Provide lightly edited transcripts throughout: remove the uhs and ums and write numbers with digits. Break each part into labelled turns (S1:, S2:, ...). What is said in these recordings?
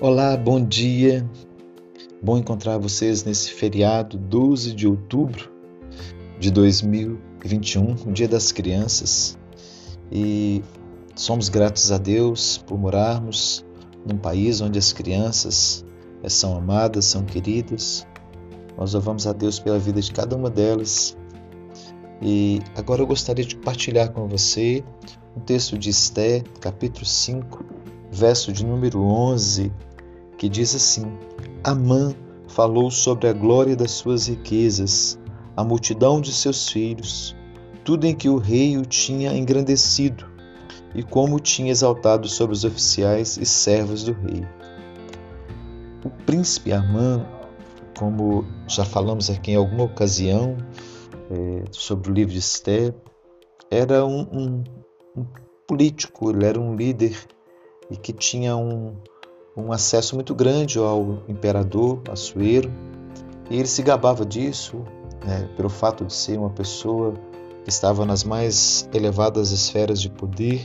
S1: Olá, bom dia. Bom encontrar vocês nesse feriado 12 de outubro de 2021, o Dia das Crianças. E somos gratos a Deus por morarmos num país onde as crianças são amadas, são queridas. Nós louvamos a Deus pela vida de cada uma delas. E agora eu gostaria de partilhar com você um texto de Esté, capítulo 5, verso de número 11, que diz assim: Amã falou sobre a glória das suas riquezas, a multidão de seus filhos, tudo em que o rei o tinha engrandecido, e como o tinha exaltado sobre os oficiais e servos do rei. O príncipe Amã, como já falamos aqui em alguma ocasião sobre o livro de Esté, era um político, ele era um líder e que tinha um acesso muito grande ao imperador Assuero, e ele se gabava disso, pelo fato de ser uma pessoa que estava nas mais elevadas esferas de poder,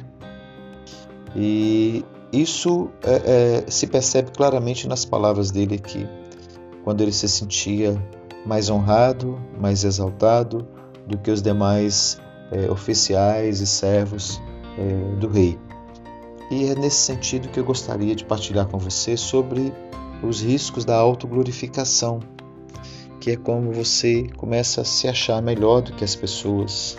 S1: e isso se percebe claramente nas palavras dele aqui, quando ele se sentia mais honrado, mais exaltado do que os demais oficiais e servos do rei. E é nesse sentido que eu gostaria de partilhar com você sobre os riscos da autoglorificação, que é como você começa a se achar melhor do que as pessoas.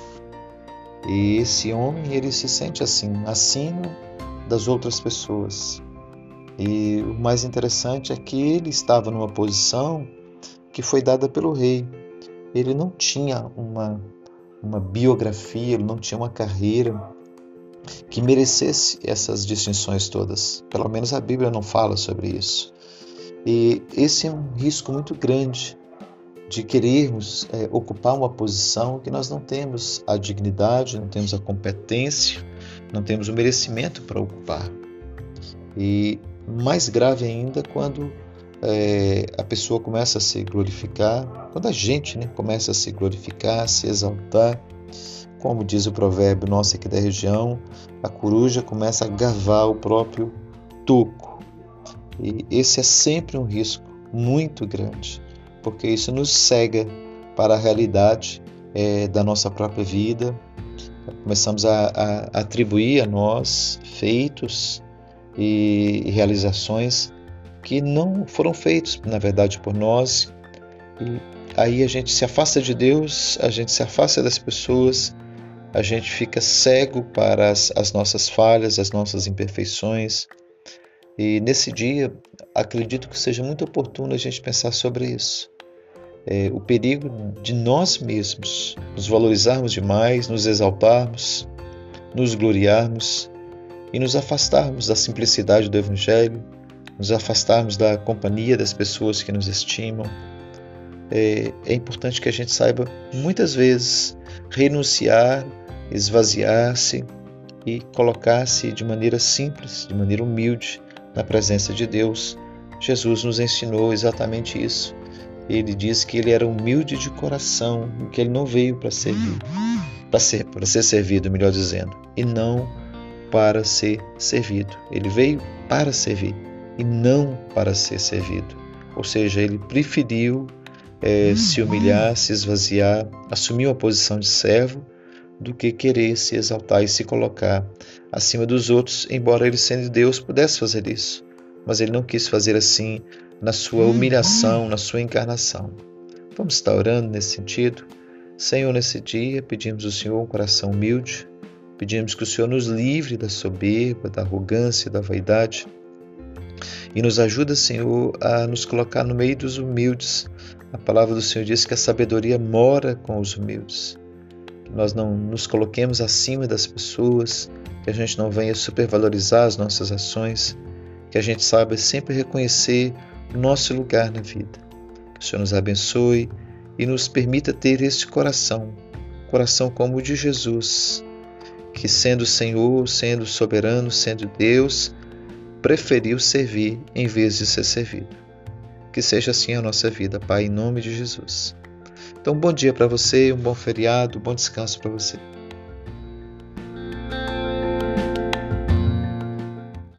S1: E esse homem, ele se sente assim, acima das outras pessoas. E o mais interessante é que ele estava numa posição que foi dada pelo rei. Ele não tinha uma biografia, ele não tinha uma carreira que merecesse essas distinções todas. Pelo menos a Bíblia não fala sobre isso. E esse é um risco muito grande de querermos ocupar uma posição que nós não temos a dignidade, não temos a competência, não temos o merecimento para ocupar. E mais grave ainda quando a pessoa começa a se glorificar, quando a gente começa a se glorificar, a se exaltar. Como diz o provérbio nosso aqui da região, a coruja começa a gavar o próprio toco. E esse é sempre um risco muito grande, porque isso nos cega para a realidade da nossa própria vida. Começamos a atribuir a nós feitos e realizações que não foram feitos, na verdade, por nós. E aí a gente se afasta de Deus, a gente se afasta das pessoas, a gente fica cego para as nossas falhas, as nossas imperfeições. E nesse dia, acredito que seja muito oportuno a gente pensar sobre isso. O perigo de nós mesmos nos valorizarmos demais, nos exaltarmos, nos gloriarmos e nos afastarmos da simplicidade do Evangelho, nos afastarmos da companhia das pessoas que nos estimam. É importante que a gente saiba, muitas vezes, renunciar, esvaziar-se e colocar-se de maneira simples, de maneira humilde, na presença de Deus. Jesus nos ensinou exatamente isso. Ele diz que ele era humilde de coração, que ele não veio para servir, para ser servido, melhor dizendo, e não para ser servido. Ele veio para servir e não para ser servido. Ou seja, ele preferiu se humilhar, se esvaziar, assumir uma posição de servo, do que querer se exaltar e se colocar acima dos outros, embora ele, sendo Deus, pudesse fazer isso. Mas ele não quis fazer assim na sua humilhação, na sua encarnação. Vamos estar orando nesse sentido? Senhor, nesse dia, pedimos ao Senhor um coração humilde, pedimos que o Senhor nos livre da soberba, da arrogância, da vaidade, e nos ajuda, Senhor, a nos colocar no meio dos humildes. A palavra do Senhor diz que a sabedoria mora com os humildes. Que nós não nos coloquemos acima das pessoas, que a gente não venha supervalorizar as nossas ações, que a gente saiba sempre reconhecer o nosso lugar na vida. Que o Senhor nos abençoe e nos permita ter esse coração como o de Jesus, que sendo Senhor, sendo soberano, sendo Deus, preferiu servir em vez de ser servido. Que seja assim a nossa vida, Pai, em nome de Jesus. Então, bom dia para você, um bom feriado, um bom descanso para você.